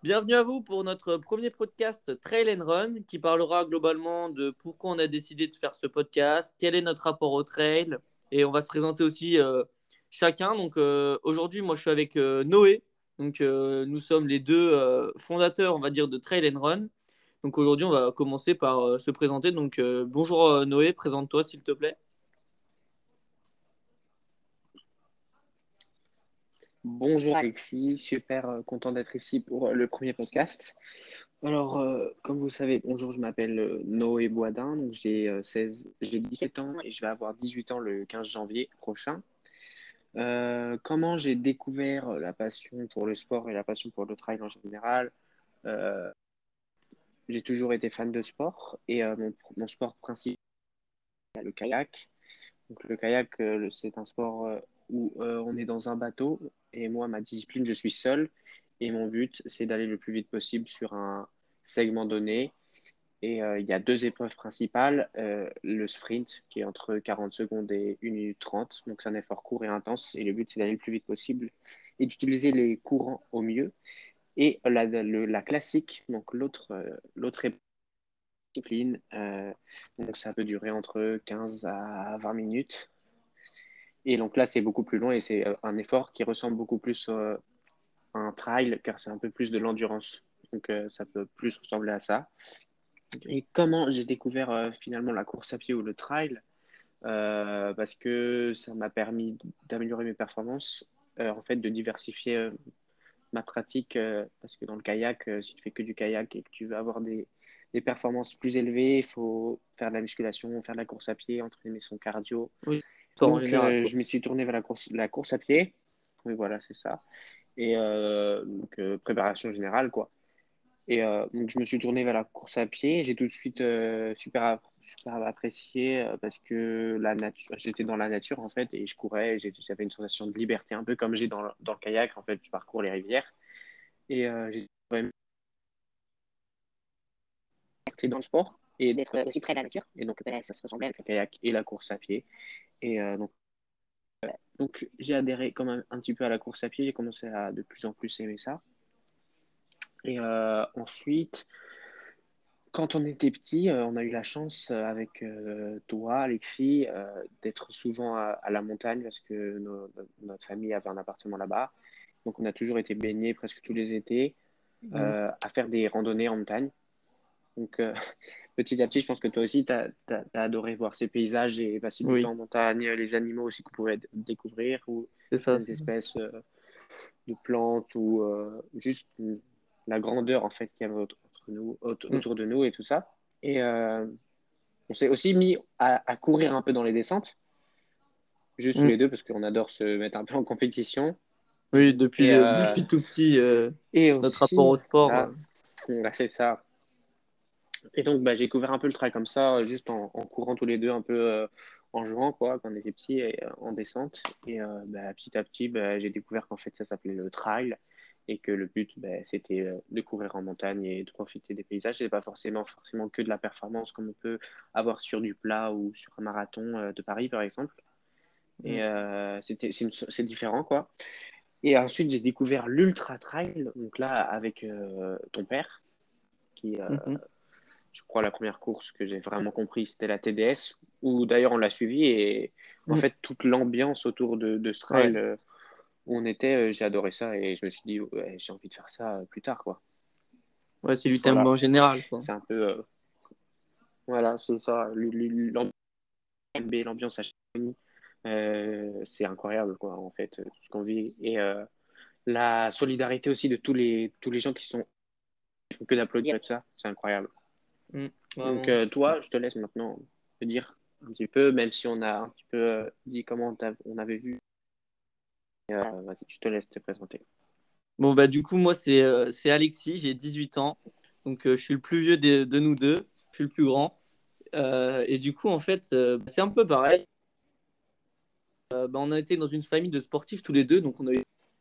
Bienvenue à vous pour notre premier podcast Trail and Run qui parlera globalement de pourquoi on a décidé de faire ce podcast, quel est notre rapport au trail et on va se présenter aussi chacun. Donc aujourd'hui, moi je suis avec Noé. Donc nous sommes les deux fondateurs, on va dire, de Trail and Run. Donc aujourd'hui, on va commencer par se présenter. Donc bonjour Noé, présente-toi s'il te plaît. Bonjour Alexis, super content d'être ici pour le premier podcast. Alors, comme vous le savez, bonjour, je m'appelle Noé Boisdin, donc j'ai 17 ans et je vais avoir 18 ans le 15 janvier prochain. Comment j'ai découvert la passion pour le sport et la passion pour le trail en général? Euh, j'ai toujours été fan de sport et mon sport principal est le kayak. Donc le kayak, c'est un sport où on est dans un bateau et moi, ma discipline, je suis seul et mon but, c'est d'aller le plus vite possible sur un segment donné. Et il y a deux épreuves principales, le sprint qui est entre 40 secondes et 1 minute 30. Donc c'est un effort court et intense et le but, c'est d'aller le plus vite possible et d'utiliser les courants au mieux. Et la classique, donc l'autre discipline, donc ça peut durer entre 15 à 20 minutes. Et donc là, c'est beaucoup plus long et c'est un effort qui ressemble beaucoup plus à un trail car c'est un peu plus de l'endurance. Donc ça peut plus ressembler à ça. Okay. Et comment j'ai découvert finalement la course à pied ou le trail? Parce que ça m'a permis d'améliorer mes performances, en fait de diversifier ma pratique parce que dans le kayak, si tu fais que du kayak et que tu veux avoir des performances plus élevées, il faut faire de la musculation, faire de la course à pied, entraîner son cardio. Oui, sport en Donc, général, quoi. je me suis tourné vers la course à pied. Oui, voilà, c'est ça. Et donc, préparation générale, quoi. Et donc, je me suis tourné vers la course à pied. J'ai tout de suite super apprécié parce que la nature, j'étais dans la nature, en fait, et je courais. J'avais une sensation de liberté, un peu comme j'ai dans le kayak. En fait, je parcours les rivières. Et j'ai vraiment été dans le sport et d'être aussi près de la nature. Et donc, ça se ressemblait avec le kayak et la course à pied. Et donc, j'ai adhéré quand même un petit peu à la course à pied. J'ai commencé à de plus en plus aimer ça. Et ensuite, quand on était petit, on a eu la chance avec toi, Alexis, d'être souvent à la montagne parce que notre famille avait un appartement là-bas. Donc, on a toujours été baignés presque tous les étés à faire des randonnées en montagne. Donc, petit à petit, je pense que toi aussi, tu as adoré voir ces paysages et passer du temps Oui, en montagne, les animaux aussi qu'on pouvait découvrir ou c'est ça. certaines espèces de plantes ou juste la grandeur en fait qu'il y avait Mm. autour de nous et tout ça. Et on s'est aussi mis à courir un peu dans les descentes, juste tous Mm. les deux parce qu'on adore se mettre un peu en compétition. Oui, Et, depuis tout petit, notre rapport aussi, au sport. là, on a fait ça. Et donc, bah, j'ai couvert un peu le trail comme ça, juste en courant tous les deux, un peu en jouant, quoi, quand on était petits, et, en descente. Et bah, petit à petit, bah, j'ai découvert qu'en fait, ça s'appelait le trail et que le but, bah, c'était de courir en montagne et de profiter des paysages. Et pas forcément que de la performance comme on peut avoir sur du plat ou sur un marathon de Paris, par exemple. Et Mm. c'est différent, quoi. Et ensuite, j'ai découvert l'ultra trail, donc là, avec ton père, qui, Mhm. je crois, la première course que j'ai vraiment compris, c'était la TDS, où d'ailleurs on l'a suivi et en Mm. fait, toute l'ambiance autour de ce Ouais. trail où on était, j'ai adoré ça et je me suis dit, ouais, j'ai envie de faire ça plus tard, quoi. Ouais, c'est l'UTMB Voilà, en général, quoi. c'est un peu, voilà, c'est ça, l'ambiance à Chamonix, c'est incroyable, quoi, en fait, tout ce qu'on vit. Et la solidarité aussi de tous les gens qui font que d'applaudir et tout ça, c'est incroyable. Mm. Donc, Vraiment. toi, je te laisse maintenant te dire un petit peu, même si on a un petit peu dit comment on avait vu. Vas-y, je te laisse te présenter. Bon, bah, du coup, moi, c'est Alexis, j'ai 18 ans. Donc, je suis le plus vieux de nous deux. Je suis le plus grand. Et du coup, en fait, c'est un peu pareil. Bah, on a été dans une famille de sportifs tous les deux. Donc, on a eu.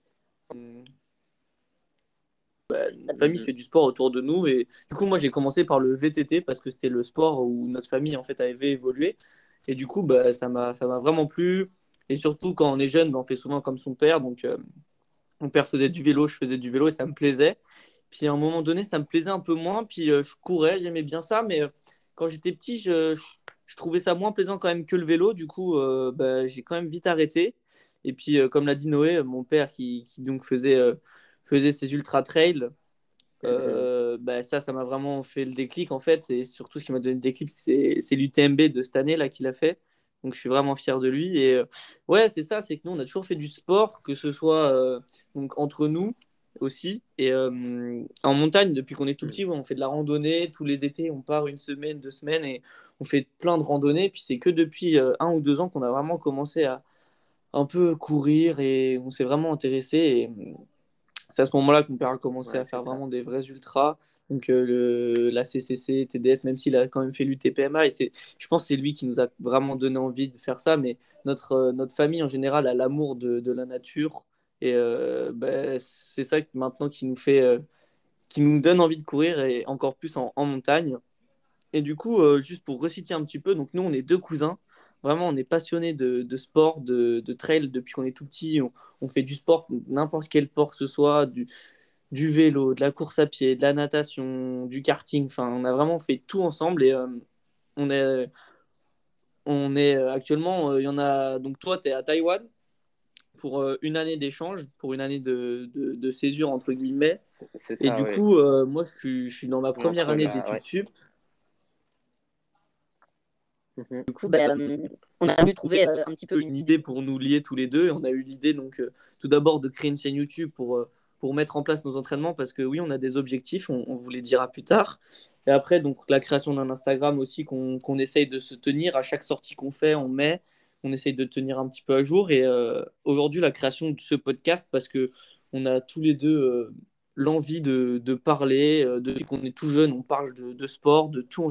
Notre famille Mhm. fait du sport autour de nous. Et du coup, moi, j'ai commencé par le VTT parce que c'était le sport où notre famille, en fait, avait évolué. Et du coup, bah, ça m'a vraiment plu. Et surtout, quand on est jeune, bah, on fait souvent comme son père. Donc, mon père faisait du vélo, je faisais du vélo et ça me plaisait. Puis à un moment donné, ça me plaisait un peu moins. Puis je courais, j'aimais bien ça. Mais quand j'étais petit, je trouvais ça moins plaisant quand même que le vélo. Du coup, bah, j'ai quand même vite arrêté. Et puis, comme l'a dit Noé, mon père qui donc faisait ses ultra trails, bah, ça m'a vraiment fait le déclic en fait. Et surtout, ce qui m'a donné le déclic, c'est l'UTMB de cette année là qu'il a fait. Donc, je suis vraiment fier de lui. Et ouais, c'est ça, c'est que nous, on a toujours fait du sport, que ce soit donc entre nous aussi. Et en montagne, depuis qu'on est tout petit, ouais, on fait de la randonnée. Tous les étés, on part une semaine, 2 semaines et on fait plein de randonnées. Puis c'est que depuis 1 ou 2 ans qu'on a vraiment commencé à un peu courir et on s'est vraiment intéressé. Et c'est à ce moment-là que mon père a commencé Ouais, à c'est faire ça. vraiment des vrais ultras. Donc la CCC, TDS, même s'il a quand même fait l'UTPMA, et je pense que c'est lui qui nous a vraiment donné envie de faire ça. Mais notre famille en général a l'amour de la nature. Et ben, c'est ça maintenant qui nous donne envie de courir et encore plus en montagne. Et du coup, juste pour reciter un petit peu, donc nous, on est deux cousins. Vraiment, on est passionnés de sport, de trail depuis qu'on est tout petit. On fait du sport, n'importe quel sport que ce soit, du vélo, de la course à pied, de la natation, du karting. Enfin, on a vraiment fait tout ensemble et on est, on est actuellement, il y en a. Donc toi, tu es à Taïwan pour une année d'échange, pour une année de césure, entre guillemets. C'est Et ça, du oui. coup, moi, je suis dans ma première Entre année là, d'études ouais. sup. Mhm. Du coup, bah, on a voulu trouver un petit peu une idée pour nous lier tous les deux. Et on a eu l'idée, donc, tout d'abord, de créer une chaîne YouTube pour mettre en place nos entraînements parce que oui, on a des objectifs, on vous les dira plus tard. Et après, donc, la création d'un Instagram aussi qu'on essaye de se tenir. À chaque sortie qu'on fait, on essaye de tenir un petit peu à jour. Et aujourd'hui, la création de ce podcast parce que on a tous les deux l'envie de parler. Depuis qu'on est tout jeune, on parle de sport, de tout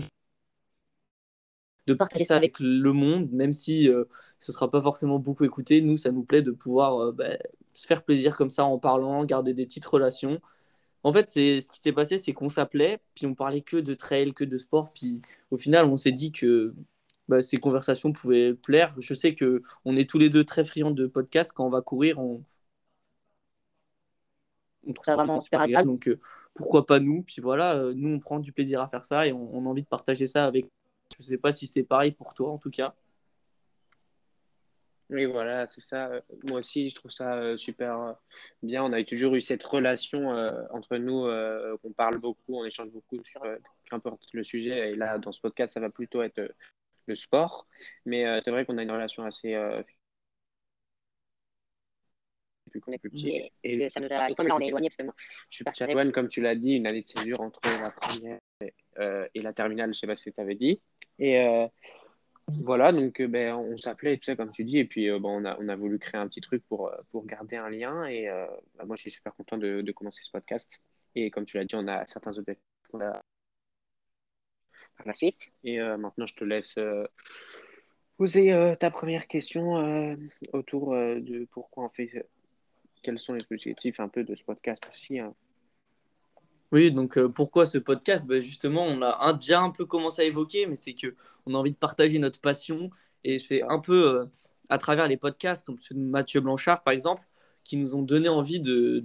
de partager ça avec le monde, même si ce ne sera pas forcément beaucoup écouté. Nous, ça nous plaît de pouvoir bah, se faire plaisir comme ça en parlant, garder des petites relations. En fait, ce qui s'est passé, c'est qu'on s'appelait, puis on parlait que de trail, que de sport, puis au final, on s'est dit que bah, ces conversations pouvaient plaire. Je sais que on est tous les deux très friands de podcasts. Quand on va courir, on trouve ça vraiment super agréable. Donc, pourquoi pas nous? Puis voilà, nous, on prend du plaisir à faire ça et on a envie de partager ça avec. Je ne sais pas si c'est pareil pour toi, en tout cas. Oui, voilà, c'est ça. Moi aussi, je trouve ça super bien. On a toujours eu cette relation entre nous, qu'on parle beaucoup, on échange beaucoup sur qu'importe le sujet. Et là, dans ce podcast, ça va plutôt être le sport. Mais c'est vrai qu'on a une relation assez depuis qu'on est plus petit. Et ça nous a, et comme là, on est éloigné, parce que moi, je suis parti à Taïwan, comme tu l'as dit, une année de césure entre la première et la terminale, je sais pas ce que tu avais dit. Et voilà, donc ben, on s'appelait et tout ça, comme tu dis, et puis bon, on a voulu créer un petit truc pour garder un lien. Et bah, moi, je suis super content de commencer ce podcast. Et comme tu l'as dit, on a certains objectifs qu'on a par la suite. Et maintenant, je te laisse poser ta première question autour de pourquoi on fait, quels sont les objectifs un peu de ce podcast aussi, hein. Oui, donc pourquoi ce podcast? Ben, justement, on a déjà un peu commencé à évoquer, mais c'est que on a envie de partager notre passion et C'est c'est ça. un peu à travers les podcasts comme ceux de Mathieu Blanchard, par exemple, qui nous ont donné envie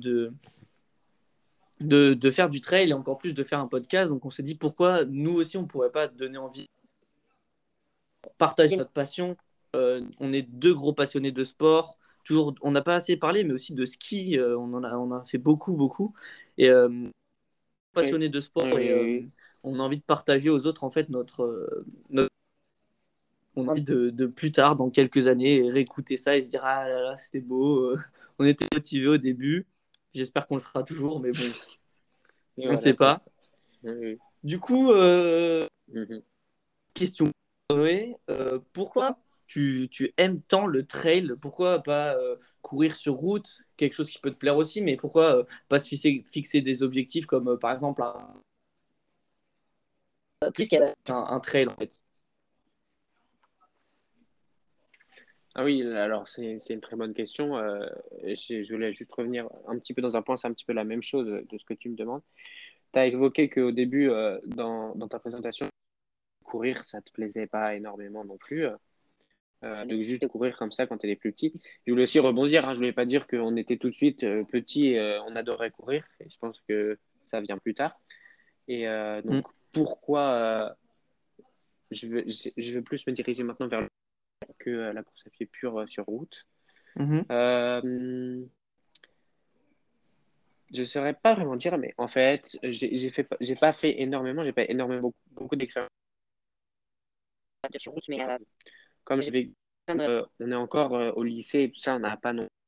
de faire du trail et encore plus de faire un podcast. Donc on s'est dit pourquoi nous aussi on ne pourrait pas donner envie de partager notre passion. On est deux gros passionnés de sport. Toujours, on n'a pas assez parlé, mais aussi de ski. On a fait beaucoup, beaucoup. Et Oui, passionnés de sport oui, et oui, on a envie de partager aux autres en fait on a envie de plus tard dans quelques années réécouter ça et se dire ah là là c'était beau, on était motivés au début, j'espère qu'on le sera toujours mais bon oui. Et on ne voilà, sait c'est pas. ça. Oui, oui. Du coup Mhm. question Noé, pourquoi tu aimes tant le trail, pourquoi pas courir sur route, quelque chose qui peut te plaire aussi, mais pourquoi pas se fixer des objectifs comme par exemple plus qu'un trail en fait. Ah oui, alors c'est une très bonne question. Et je voulais juste revenir un petit peu dans un point, c'est un petit peu la même chose de ce que tu me demandes. Tu as évoqué qu'au début, dans ta présentation, courir, ça te plaisait pas énormément non plus. De juste courir comme ça quand tu étais plus petit. Je voulais aussi rebondir, hein, je voulais pas dire qu'on était tout de suite petit et on adorait courir. Et je pense que ça vient plus tard. Et Mm. donc, pourquoi je veux plus me diriger maintenant vers que la course à pied pure sur route. Mhm. Euh, je ne saurais pas vraiment dire, mais en fait, j'ai pas fait énormément, j'ai pas énormément beaucoup d'expérience sur route, mais comme on est encore au lycée et tout ça, on n'a pas non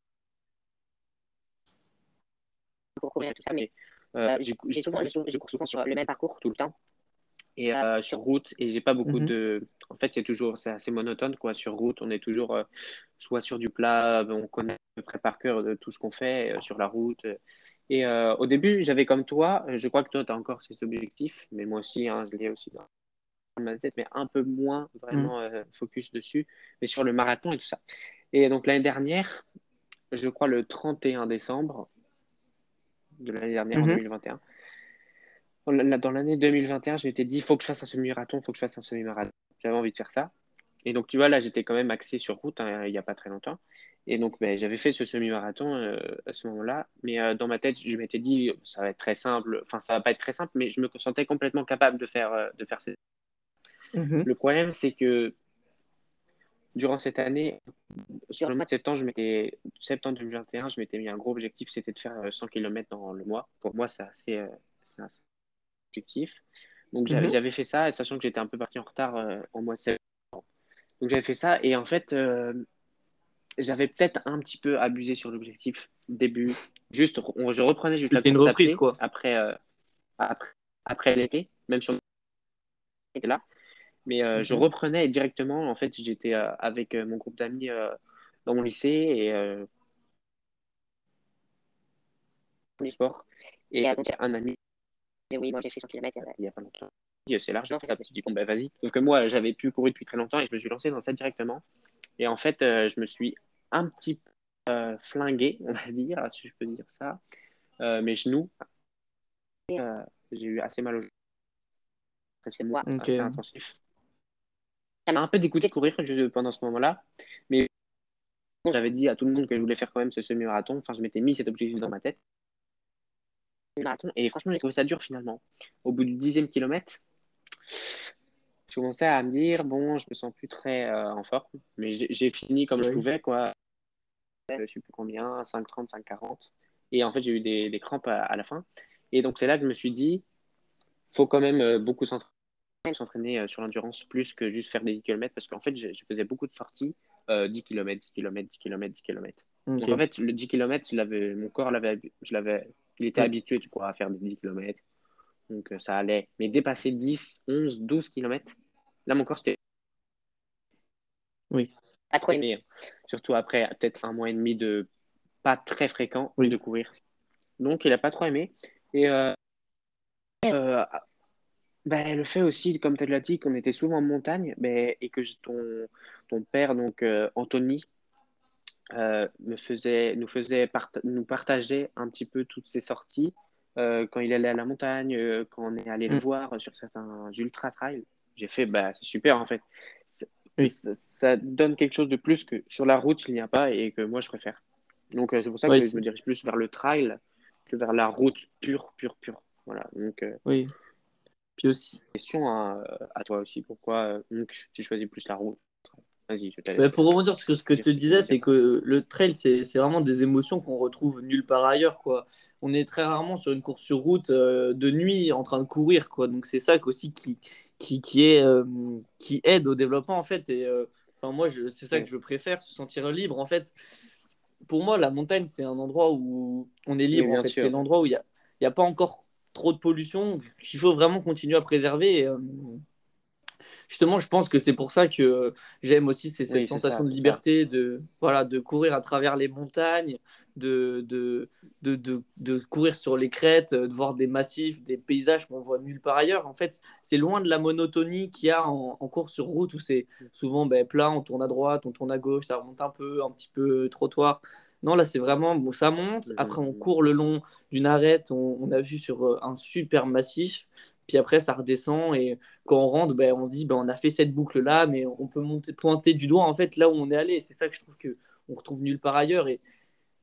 pour courir et tout ça, mais je cours souvent sur le même parcours tout le temps et sur route et j'ai pas beaucoup Mhm. de. En fait, c'est assez monotone quoi. Sur route, on est toujours soit sur du plat, on connaît à peu près par cœur de tout ce qu'on fait sur la route. Et au début, j'avais comme toi, je crois que toi, tu as encore ces objectifs, mais moi aussi, hein, je l'ai aussi dans ma tête, mais un peu moins Mm. vraiment focus dessus, mais sur le marathon et tout ça. Et donc l'année dernière, je crois le 31 décembre de l'année dernière, en Mhm. 2021, dans l'année 2021, je m'étais dit, il faut que je fasse un semi-marathon, il faut que je fasse un semi-marathon. J'avais envie de faire ça. Et donc, tu vois, là, j'étais quand même axé sur route hein, il n'y a pas très longtemps. Et donc, ben, j'avais fait ce semi-marathon à ce moment-là. Mais dans ma tête, je m'étais dit, ça va être très simple. Enfin, ça va pas être très simple, mais je me sentais complètement capable de faire ça. Mhm. Le problème, c'est que durant cette année, sur le mois de septembre, septembre 2021, je m'étais mis un gros objectif, c'était de faire 100 km dans le mois. Pour moi, c'est un objectif. Donc, Mhm. j'avais fait ça, et sachant que j'étais un peu parti en retard en mois de septembre. Donc, j'avais fait ça, et en fait, j'avais peut-être un petit peu abusé sur l'objectif début. Je reprenais juste la C'était une course à reprise, pied quoi. après, après l'été, même si on était là. Mais je Mhm. reprenais et directement, en fait, j'étais avec mon groupe d'amis dans mon lycée et du sport. Et donc, il y a un ami, et oui, moi j'ai fait 100 km il y a pas longtemps. C'est large, ça. Je me suis dit, bon, ben vas-y. Sauf que moi, j'avais plus couru depuis très longtemps et je me suis lancé dans ça directement. Et en fait, je me suis un petit peu flingué, on va dire, si je peux dire ça. Mes genoux, euh, j'ai eu assez mal aux genoux, presque mois, assez Ok. intensif. Ça m'a un peu dégoûté de courir pendant ce moment-là. Mais bon, j'avais dit à tout le monde que je voulais faire quand même ce semi-marathon. Enfin, je m'étais mis cet objectif dans ma tête. Marathon. Et franchement, j'ai trouvé ça dur finalement. Au bout du 10e kilomètre, je commençais à me dire, bon, je me sens plus très en forme. Mais j'ai fini comme je Oui. pouvais, quoi. Je ne sais plus combien, 5,30, 5,40. Et en fait, j'ai eu des crampes à la fin. Et donc, c'est là que je me suis dit, faut quand même beaucoup s'entraîner sur l'endurance plus que juste faire des 10 km parce qu'en fait, je faisais beaucoup de sorties 10 km, 10 km, 10 km, 10 km. Donc en Ok. fait, le 10 km, mon corps il était Oui. habitué tu vois, à faire des 10 km. Donc ça allait. Mais dépasser 10, 11, 12 km, là, mon corps, c'était Oui. pas trop aimé. Surtout après peut-être un mois et demi de pas très fréquent de Oui. courir. Donc il a pas trop aimé. Et euh, ben, le fait aussi, comme tu l'as dit, qu'on était souvent en montagne ben, et que ton père, donc Anthony, nous partager un petit peu toutes ses sorties quand il allait à la montagne, quand on est allé le Mm. voir sur certains ultra trails. J'ai fait, bah, c'est super en fait. Ça, Oui. ça donne quelque chose de plus que sur la route, il n'y a pas et que moi je préfère. Donc c'est pour ça Oui. que je me dirige plus vers le trail que vers la route pure, pure, pure. Voilà. Donc, Oui. Puis aussi. question à toi aussi. Pourquoi donc, tu choisis plus la route? Vas-y, je te Bah, laisse pour rebondir sur ce que dire tu ce que tu voulais disais, dire. c'est que le trail, c'est vraiment des émotions qu'on retrouve nulle part ailleurs, quoi. On est très rarement sur une course sur route de nuit en train de courir, quoi. Donc c'est ça aussi qui aide au développement, en fait. Et enfin, moi, c'est ça que Oui, je préfère, se sentir libre. En fait, pour moi, la montagne, c'est un endroit où on est oui, libre, en bien fait. C'est sûr. l'endroit où il y a pas encore trop de pollution, qu'il faut vraiment continuer à préserver. Et, justement, je pense que c'est pour ça que j'aime aussi cette Oui, sensation de c'est ça. liberté, voilà, de courir à travers les montagnes, de, de, de courir sur les crêtes, de voir des massifs, des paysages qu'on voit nulle part ailleurs. En fait, c'est loin de la monotonie qu'il y a en course sur route où c'est souvent ben, plat, on tourne à droite, on tourne à gauche, ça remonte un petit peu trottoir. Non, là, c'est vraiment, bon, ça monte. Après, on Mhm. court le long d'une arête. On a vu sur un super massif. Puis après, ça redescend. Et quand on rentre, ben, on dit ben, on a fait cette boucle-là, mais on peut pointer du doigt en fait là où on est allé. C'est ça que je trouve que on retrouve nulle part ailleurs. Et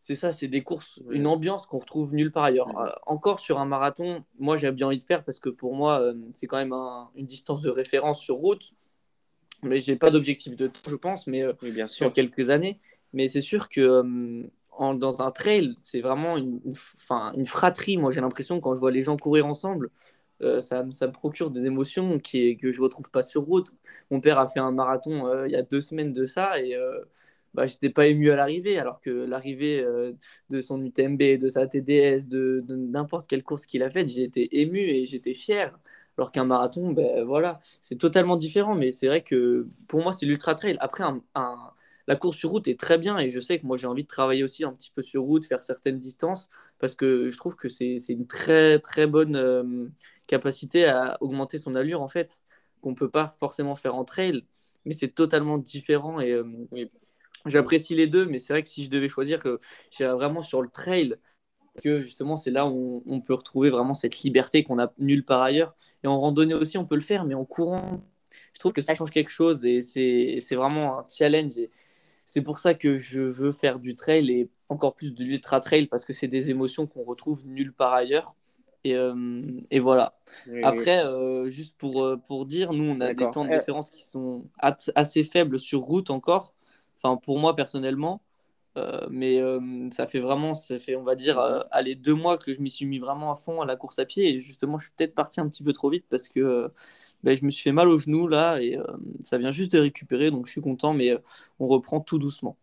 c'est ça, c'est des courses, une Ouais. ambiance qu'on retrouve nulle part ailleurs. Mhm. Encore sur un marathon, moi j'ai bien envie de faire parce que pour moi, c'est quand même une distance de référence sur route. Mais j'ai pas d'objectif de temps, je pense, mais Oui, bien dans sûr. quelques années. Mais c'est sûr que dans un trail, c'est vraiment une fratrie. Moi, j'ai l'impression quand je vois les gens courir ensemble, ça me procure des émotions que je retrouve pas sur route. Mon père a fait un marathon il y a 2 semaines de ça et bah, j'étais pas ému à l'arrivée, alors que l'arrivée de son UTMB, de sa TDS, de n'importe quelle course qu'il a faite, j'ai été ému et j'étais fier. Alors qu'un marathon, ben voilà, c'est totalement différent, mais c'est vrai que pour moi, c'est l'ultra trail. Après, la course sur route est très bien et je sais que moi, j'ai envie de travailler aussi un petit peu sur route, faire certaines distances, parce que je trouve que c'est une très, très bonne capacité à augmenter son allure, en fait, qu'on ne peut pas forcément faire en trail, mais c'est totalement différent et Oui, oui, j'apprécie les deux, mais c'est vrai que si je devais choisir, que j'irais vraiment sur le trail, que justement c'est là où on peut retrouver vraiment cette liberté qu'on a nulle part ailleurs. Et en randonnée aussi, on peut le faire, mais en courant, je trouve que ça change quelque chose et c'est vraiment un challenge. Et c'est pour ça que je veux faire du trail et encore plus de l'ultra trail parce que c'est des émotions qu'on retrouve nulle part ailleurs. Et voilà. oui, oui. Après, juste pour dire, nous, on a des D'accord. temps de référence qui sont assez faibles sur route encore. Enfin, pour moi, personnellement. Mais ça fait, on va dire, Mhm. allez, 2 mois que je m'y suis mis vraiment à fond à la course à pied. Et justement, je suis peut-être parti un petit peu trop vite parce que ben, je me suis fait mal au genou là et ça vient juste de récupérer. Donc, je suis content, mais on reprend tout doucement.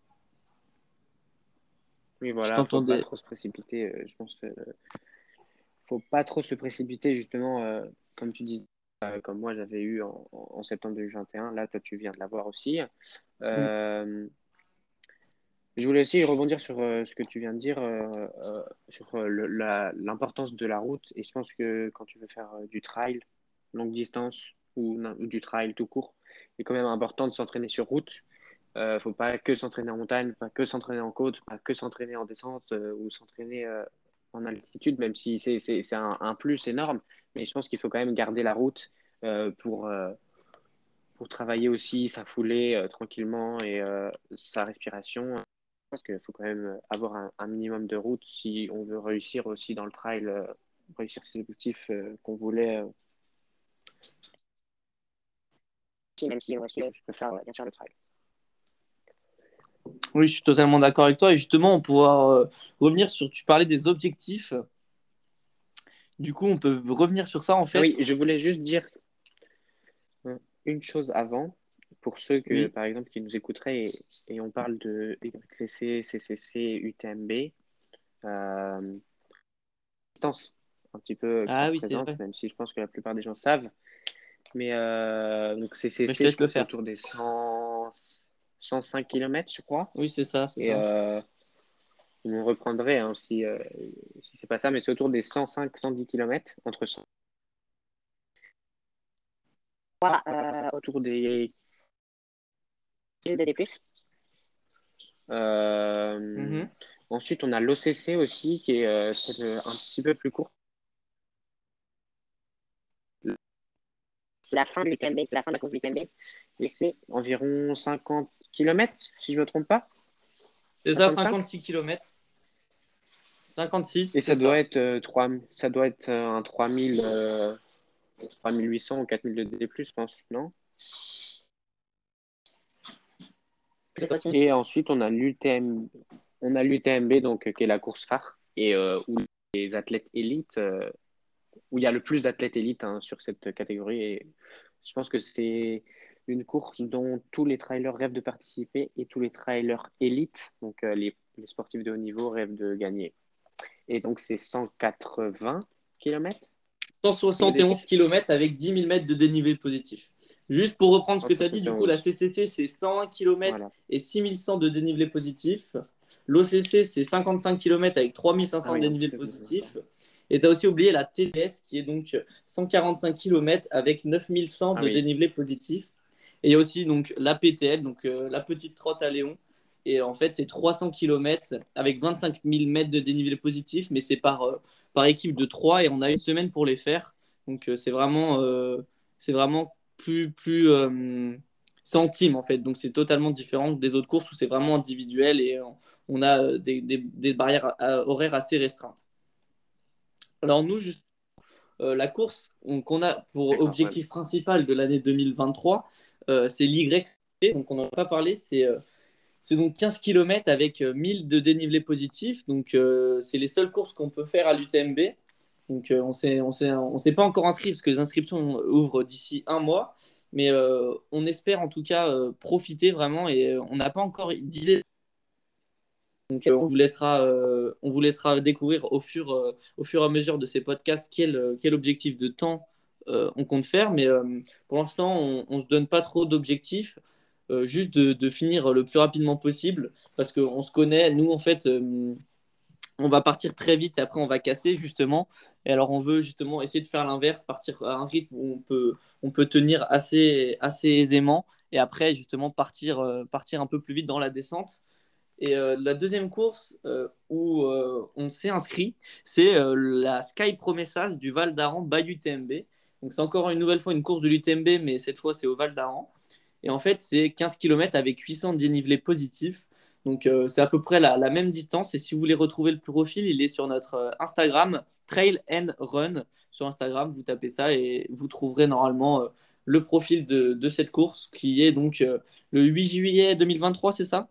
Oui, Je voilà, faut pas t'entendais. trop se précipiter. Je pense que faut pas trop se précipiter, justement, comme tu dis, comme moi j'avais eu en septembre 2021. Là, toi, tu viens de l'avoir aussi. Mm. Euh, je voulais aussi rebondir sur ce que tu viens de dire, sur l'importance de la route. Et je pense que quand tu veux faire du trail, longue distance ou du trail tout court, il est quand même important de s'entraîner sur route. Faut pas que s'entraîner en montagne, pas que s'entraîner en côte, pas que s'entraîner en descente ou s'entraîner en altitude, même si c'est un plus énorme. Mais je pense qu'il faut quand même garder la route pour travailler aussi sa foulée tranquillement et sa respiration. Je pense qu'il faut quand même avoir un minimum de route si on veut réussir aussi dans le trail, réussir ses objectifs qu'on voulait. Même si aussi, je préfère bien sûr le trail. Oui, je suis totalement d'accord avec toi. Et justement, on pourra revenir sur. Tu parlais des objectifs. Du coup, on peut revenir sur ça en Ah oui, fait. je voulais juste dire une chose avant, pour ceux que, Oui. par exemple, qui nous écouteraient et on parle de YCC, CCC, UTMB, distance un petit peu que ça Ah oui, c'est représente, vrai. même si je pense que la plupart des gens savent. Mais donc Mais je te CCC, je laisse le crois que c'est faire. autour des 105 km, je crois. Oui, c'est ça, c'est Et ça. on me reprendrait hein, si c'est pas ça, mais c'est autour des 105-110 km entre autour des D+. Euh, Mhm. ensuite, on a l'OCC aussi, qui est un petit peu plus court. C'est la fin de l'UTMB, c'est la fin de la course de l'UTMB. Et c'est environ 50 km, si je ne me trompe pas. C'est ça, 55. 56 km. 56, Et c'est ça. ça doit être un 3800 ou 4000 de D+, je pense, non? C'est ça aussi. Et ensuite, on a l'UTMB, donc, qui est la course phare, et où les athlètes élites, où il y a le plus d'athlètes élites hein, sur cette catégorie. Et je pense que c'est une course dont tous les trailers rêvent de participer et tous les trailers élites, donc les sportifs de haut niveau, rêvent de gagner. Et donc, c'est 180 km de 171 D+. km avec 10 000 mètres de dénivelé positif. Juste pour reprendre ce que tu as dit, du coup, la 171. CCC, c'est 101 km Voilà. et 6100 de dénivelé positif. L'OCC, c'est 55 km avec Ah 3500 de oui, un petit dénivelé peu plus. D'accord. positif. Et tu as aussi oublié la TDS, qui est donc 145 km avec 9100 Ah de oui. dénivelé positif. Et il y a aussi donc la PTL, donc la petite trotte à Léon. Et en fait, c'est 300 km avec 25 000 mètres de dénivelé positif, mais c'est par équipe de 3 et on a une semaine pour les faire. Donc c'est vraiment c'est en team en fait, donc c'est totalement différent des autres courses où c'est vraiment individuel et on a des barrières horaires assez restreintes. Alors nous, juste la course qu'on a pour D'accord, ouais. objectif principal de l'année 2023, c'est l'YC, donc on n'en a pas parlé, c'est donc 15 km avec 1000 de dénivelé positif. Donc, c'est les seules courses qu'on peut faire à l'UTMB. Donc, on s'est pas encore inscrit parce que les inscriptions ouvrent d'ici un mois. Mais on espère en tout cas profiter vraiment et on n'a pas encore d'idée. Donc, on vous laissera découvrir au fur et à mesure de ces podcasts quel objectif de temps on compte faire. Mais pour l'instant, on ne se donne pas trop d'objectifs, juste de finir le plus rapidement possible parce qu'on se connaît. Nous, en fait, on va partir très vite et après, on va casser justement. Et alors, on veut justement essayer de faire l'inverse, partir à un rythme où on peut tenir assez aisément et après, justement, partir un peu plus vite dans la descente. Et la deuxième course où on s'est inscrit, c'est la Sky Promessas du Val d'Aran by UTMB. Donc c'est encore une nouvelle fois une course de l'UTMB, mais cette fois c'est au Val d'Aran. Et en fait, c'est 15 km avec 800 dénivelés positifs. Donc c'est à peu près la même distance. Et si vous voulez retrouver le profil, il est sur notre Instagram, Trail and Run. Sur Instagram, vous tapez ça et vous trouverez normalement le profil de cette course qui est donc le 8 juillet 2023, c'est ça?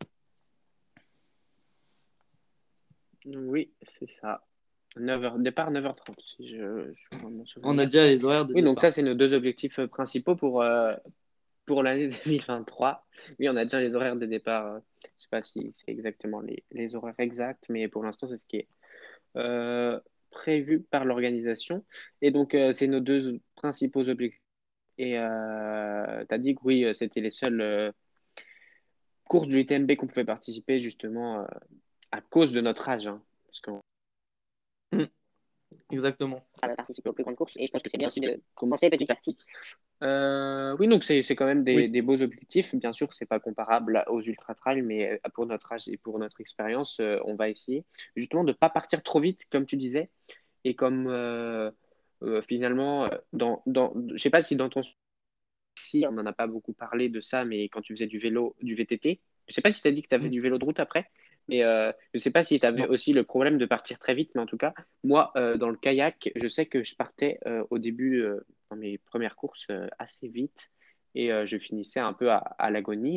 Oui, c'est ça. 9h, départ 9h30, si je crois m'en On a souvenir. déjà les horaires de Oui, donc ça, départ. c'est nos deux objectifs principaux pour l'année 2023. Oui, on a déjà les horaires de départ. Je ne sais pas si c'est exactement les horaires exacts, mais pour l'instant, c'est ce qui est euh, prévu par l'organisation. Et donc, c'est nos deux principaux objectifs. Et tu as dit que oui, c'était les seules courses du UTMB qu'on pouvait participer justement à cause de notre âge, hein, parce qu'on Mm, exactement. a participé aux plus grandes courses. Et je pense que c'est bien aussi de commencer petit à petit. Oui, donc c'est quand même Oui. des beaux objectifs. Bien sûr, c'est pas comparable aux ultra trail, mais pour notre âge et pour notre expérience, on va essayer justement de ne pas partir trop vite, comme tu disais, et comme finalement, je sais pas si dans ton si on n'en a pas beaucoup parlé de ça, mais quand tu faisais du vélo, du VTT, je sais pas si tu as dit que tu avais Mm. du vélo de route après, mais je sais pas si tu avais Non. aussi le problème de partir très vite, mais en tout cas, moi, dans le kayak, je sais que je partais au début, dans mes premières courses, assez vite, et je finissais un peu à l'agonie.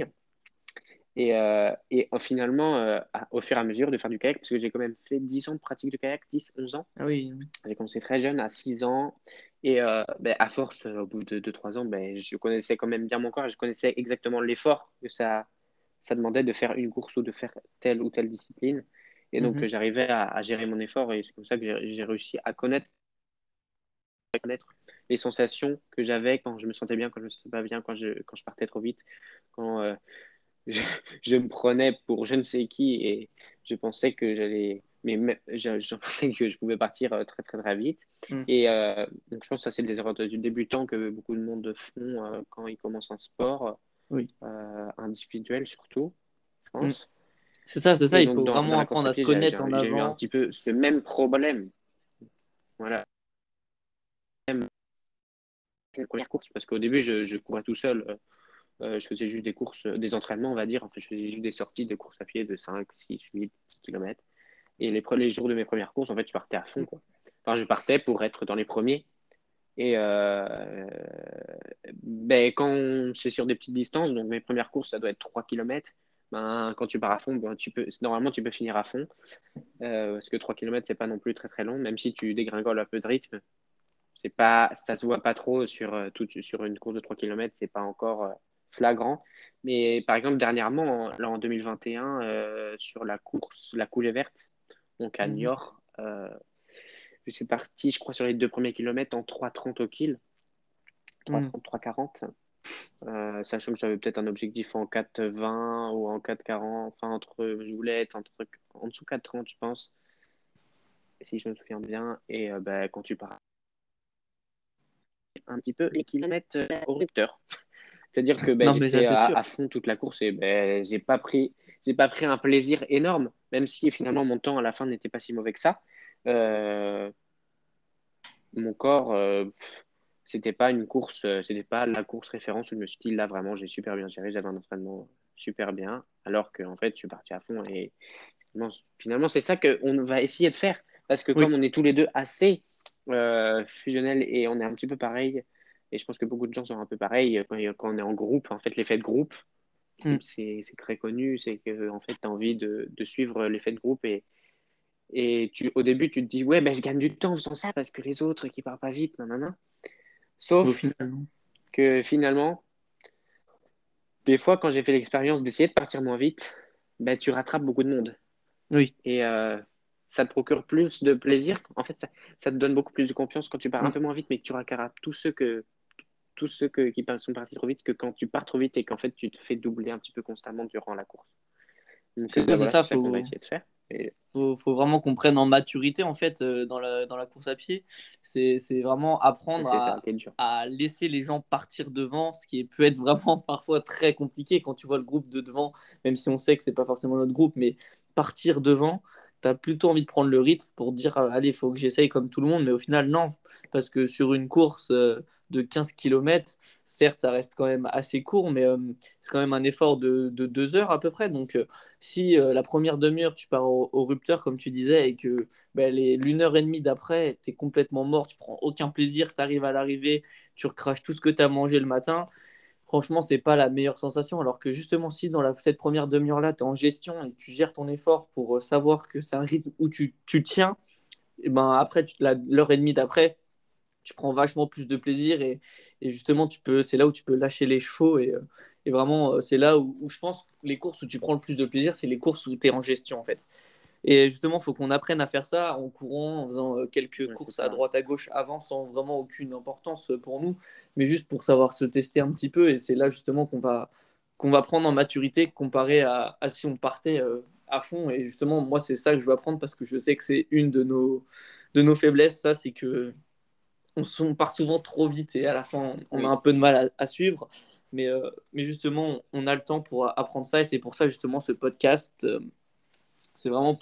Et finalement, au fur et à mesure de faire du kayak, parce que j'ai quand même fait 10 ans de pratique de kayak, 10 11 ans. Ah oui. J'ai commencé très jeune, à 6 ans. Et ben, à force, au bout de 2 3 ans, ben, je connaissais quand même bien mon corps et je connaissais exactement l'effort que ça demandait de faire une course ou de faire telle ou telle discipline. Et donc, Mhm. j'arrivais à gérer mon effort et c'est comme ça que j'ai réussi à connaître les sensations que j'avais quand je me sentais bien, quand je me sentais pas bien, quand je partais trop vite, quand je, je me prenais pour je ne sais qui et je pensais que j'allais, je pensais que je pouvais partir très très très vite. Mm. Et donc je pense que ça c'est des erreurs du débutant que beaucoup de monde font quand ils commencent un sport Oui. individuel surtout, je Mm. pense. C'est ça, Et il donc faut dans vraiment la course apprendre à à se pied, connaître en j'ai eu un avant. petit peu ce même problème. Voilà, même la première course, parce qu'au début je courais tout seul. Je faisais juste des courses, des entraînements, on va dire. En fait, je faisais juste des sorties de course à pied de 5 6 8 km. Et les jours de mes premières courses, en fait, je partais à fond, quoi. Enfin, je partais pour être dans les premiers. Et ben, quand c'est sur des petites distances, donc mes premières courses, ça doit être 3 km. Ben, quand tu pars à fond, ben, normalement, tu peux finir à fond. Parce que 3 km, c'est pas non plus très très long. Même si tu dégringoles un peu de rythme, c'est pas, ça se voit pas trop sur une course de 3 km, c'est pas encore flagrant. Mais par exemple, dernièrement, là en 2021, sur la course, la coulée verte, donc à Mhm. Niort, je suis parti, je crois, sur les 2 premiers kilomètres en 3,30 au kill, Mm. 3,30, 3,40, sachant que j'avais peut-être un objectif en 4,20 ou en 4,40, enfin, je voulais être en dessous 4,30, je pense, si je me souviens bien. Et ben, quand tu pars un petit peu les kilomètres au rupteur. C'est-à-dire que ben, Non, mais ça, j'étais c'est sûr. à fond toute la course et ben, j'ai pas pris un plaisir énorme, même si finalement mon temps à la fin n'était pas si mauvais que ça. Euh, mon corps, c'était pas une course, c'était pas la course référence où je me suis dit, là, vraiment, j'ai super bien géré, j'avais un entraînement super bien, alors qu'en fait, je suis parti à fond. Et finalement, c'est ça qu'on va essayer de faire. Parce que Oui, comme on est tous les deux assez fusionnels et on est un petit peu pareil, et je pense que beaucoup de gens sont un peu pareils, quand on est en groupe, en fait, l'effet de groupe, mm, c'est très connu, c'est que en fait, tu as envie de suivre l'effet de groupe et au début, tu te dis, ouais, ben, je gagne du temps en faisant ça parce que les autres qui partent pas vite, nanana. au Sauf final, non. que finalement, des fois, quand j'ai fait l'expérience d'essayer de partir moins vite, ben, tu rattrapes beaucoup de monde. Oui. Et ça te procure plus de plaisir. En fait, ça te donne beaucoup plus de confiance quand tu pars un Mm. peu moins vite, mais que tu rattrapes qui sont partis trop vite que quand tu pars trop vite et qu'en fait, tu te fais doubler un petit peu constamment durant la course. Donc, ben C'est voilà, ça, c'est ça qu'on va essayer de faire. Et, faut vraiment qu'on prenne en maturité en fait dans la course à pied. C'est vraiment apprendre c'est ça qui est dur. à laisser les gens partir devant, ce qui peut être vraiment parfois très compliqué quand tu vois le groupe de devant, même si on sait que c'est pas forcément notre groupe, mais partir devant, tu as plutôt envie de prendre le rythme pour dire allez, il faut que j'essaye comme tout le monde, mais au final, non, parce que sur une course de 15 km, certes, ça reste quand même assez court, mais c'est quand même un effort de 2 heures à peu près. Donc, si la première demi-heure, tu pars au rupteur, comme tu disais, et que ben, l'une heure et demie d'après, tu es complètement mort, tu prends aucun plaisir, tu arrives à l'arrivée, tu recraches tout ce que tu as mangé le matin, franchement, c'est pas la meilleure sensation. Alors que justement, si dans cette première demi-heure-là, tu es en gestion et que tu gères ton effort pour savoir que c'est un rythme où tu tiens, et ben après, l'heure et demie d'après, tu prends vachement plus de plaisir et justement c'est là où tu peux lâcher les chevaux et vraiment c'est là où je pense que les courses où tu prends le plus de plaisir, c'est les courses où tu es en gestion en fait. Et justement, il faut qu'on apprenne à faire ça en courant, en faisant quelques Ouais, c'est courses à ça. droite à gauche avant sans vraiment aucune importance pour nous, mais juste pour savoir se tester un petit peu et c'est là justement qu'on va prendre en maturité comparé à si on partait à fond et justement moi c'est ça que je veux apprendre parce que je sais que c'est une de nos faiblesses, ça c'est que on part souvent trop vite et à la fin, on a Oui, un peu de mal à suivre. Mais justement, on a le temps pour apprendre ça et c'est pour ça, justement, ce podcast, c'est vraiment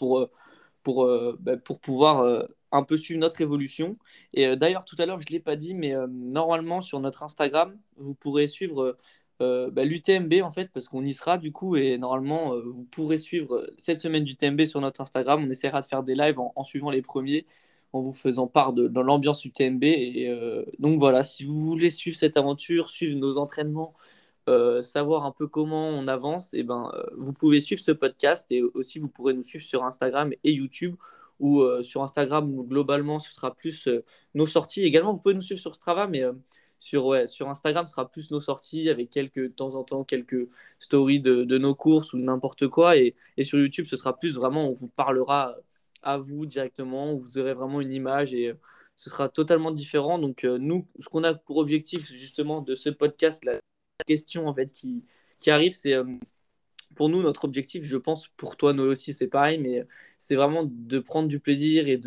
pour pouvoir un peu suivre notre évolution. Et d'ailleurs, tout à l'heure, je ne l'ai pas dit, mais normalement, sur notre Instagram, vous pourrez suivre l'UTMB, en fait, parce qu'on y sera du coup. Et normalement, vous pourrez suivre cette semaine d'UTMB sur notre Instagram. On essaiera de faire des lives en suivant les premiers, en vous faisant part dans l'ambiance UTMB. Et donc voilà, si vous voulez suivre cette aventure, suivre nos entraînements, savoir un peu comment on avance, et ben, vous pouvez suivre ce podcast et aussi vous pourrez nous suivre sur Instagram et YouTube. Ou sur Instagram, globalement, ce sera plus nos sorties. Également, vous pouvez nous suivre sur Strava, mais sur Instagram, ce sera plus nos sorties avec de temps en temps quelques stories de nos courses ou n'importe quoi. Et sur YouTube, ce sera plus vraiment, on vous parlera à vous directement, où vous aurez vraiment une image et ce sera totalement différent. Donc, nous, ce qu'on a pour objectif justement de ce podcast, la question en fait qui arrive, c'est pour nous notre objectif, je pense pour toi nous aussi c'est pareil, mais c'est vraiment de prendre du plaisir et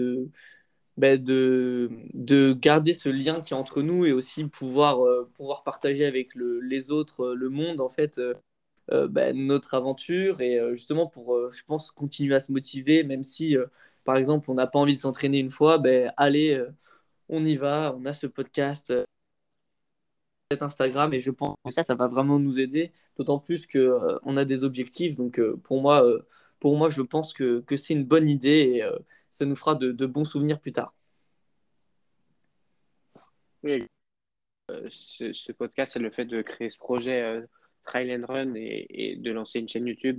de garder ce lien qui est entre nous et aussi pouvoir partager avec les autres, le monde en fait, notre aventure et justement pour, je pense, continuer à se motiver, même si par exemple on n'a pas envie de s'entraîner une fois, allez, on y va, on a ce podcast Instagram et je pense que ça va vraiment nous aider, d'autant plus que on a des objectifs. Donc pour moi, je pense que c'est une bonne idée et ça nous fera de bons souvenirs plus tard. oui. Ce podcast, c'est le fait de créer ce projet Trail and Run et de lancer une chaîne YouTube.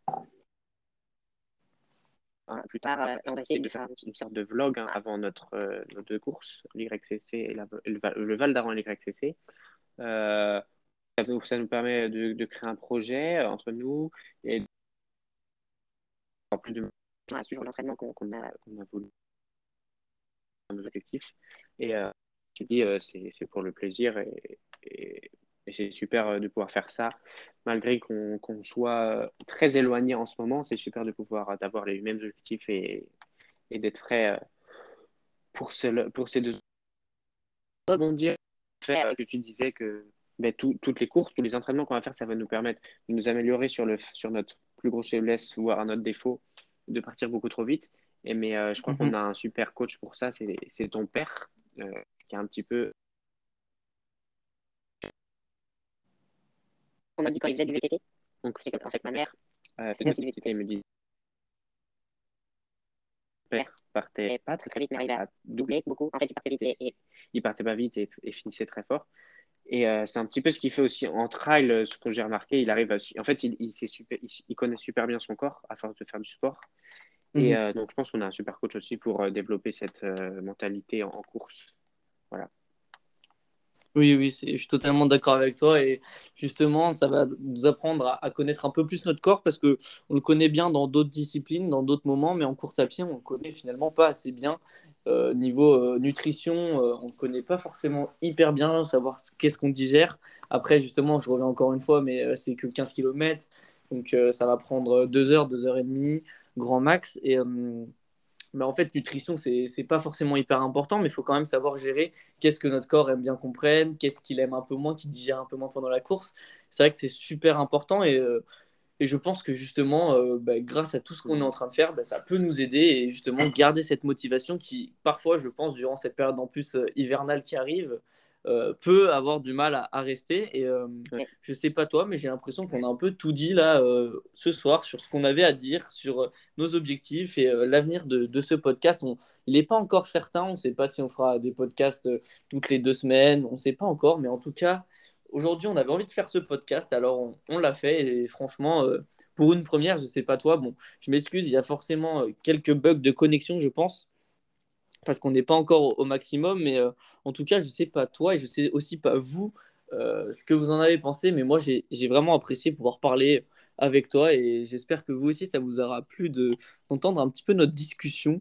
Plus tard, on va essayer de faire une sorte de vlog avant nos deux courses, l'YCC et le Val d'Aran et l'YCC. Euh, ça nous permet de créer un projet entre nous et en plus de suivre l'entraînement qu'on a voulu nos objectifs. Et tu dis, c'est pour le plaisir et c'est super de pouvoir faire ça. Malgré qu'on soit très éloigné en ce moment, c'est super de pouvoir d'avoir les mêmes objectifs et d'être prêt pour ces deux. Rebondir, faire que tu disais que ben, toutes les courses, tous les entraînements qu'on va faire, ça va nous permettre de nous améliorer sur notre plus grosse faiblesse ou à notre défaut, de partir beaucoup trop vite. Mais je crois qu'on Mhm. a un super coach pour ça, c'est ton père, qui est un petit peu. qu'on m'a dit quand il faisait du VTT. Donc, c'est que, en fait, ma mère faisait aussi du VTT. Elle me dit, père partait pas très vite, mais arrivait à doubler beaucoup. En fait, il partait vite et il partait pas vite et finissait très fort. Et c'est un petit peu ce qu'il fait aussi en trail, ce que j'ai remarqué. Il arrive en fait, il connaît super bien son corps à force de faire du sport. Et Mhm. donc, je pense qu'on a un super coach aussi pour développer cette mentalité en course. Voilà. Oui, oui, je suis totalement d'accord avec toi et justement, ça va nous apprendre à connaître un peu plus notre corps parce que on le connaît bien dans d'autres disciplines, dans d'autres moments, mais en course à pied, on le connaît finalement pas assez bien. Niveau nutrition, on ne connaît pas forcément hyper bien, savoir qu'est-ce qu'on digère. Après, justement, je reviens encore une fois, mais c'est que 15 km, donc ça va prendre 2 heures, 2 heures et demie, grand max. Mais en fait, nutrition, c'est pas forcément hyper important, mais il faut quand même savoir gérer qu'est-ce que notre corps aime bien qu'on prenne, qu'est-ce qu'il aime un peu moins, qu'il digère un peu moins pendant la course. C'est vrai que c'est super important et je pense que justement, bah, grâce à tout ce qu'on est en train de faire, bah, ça peut nous aider et justement garder cette motivation qui, parfois, je pense, durant cette période en plus hivernale qui arrive, peut avoir du mal à rester. Et Ouais. je sais pas toi, mais j'ai l'impression qu'on a un peu tout dit là ce soir sur ce qu'on avait à dire, sur nos objectifs et l'avenir de ce podcast. Il n'est pas encore certain, on ne sait pas si on fera des podcasts toutes les 2 semaines, on ne sait pas encore, mais en tout cas, aujourd'hui, on avait envie de faire ce podcast, alors on l'a fait et franchement, pour une première, je sais pas toi, bon, je m'excuse, il y a forcément quelques bugs de connexion, je pense, parce qu'on n'est pas encore au maximum, mais en tout cas, je sais pas toi et je sais aussi pas vous ce que vous en avez pensé, mais moi, j'ai vraiment apprécié pouvoir parler avec toi et j'espère que vous aussi, ça vous aura plu d'entendre un petit peu notre discussion.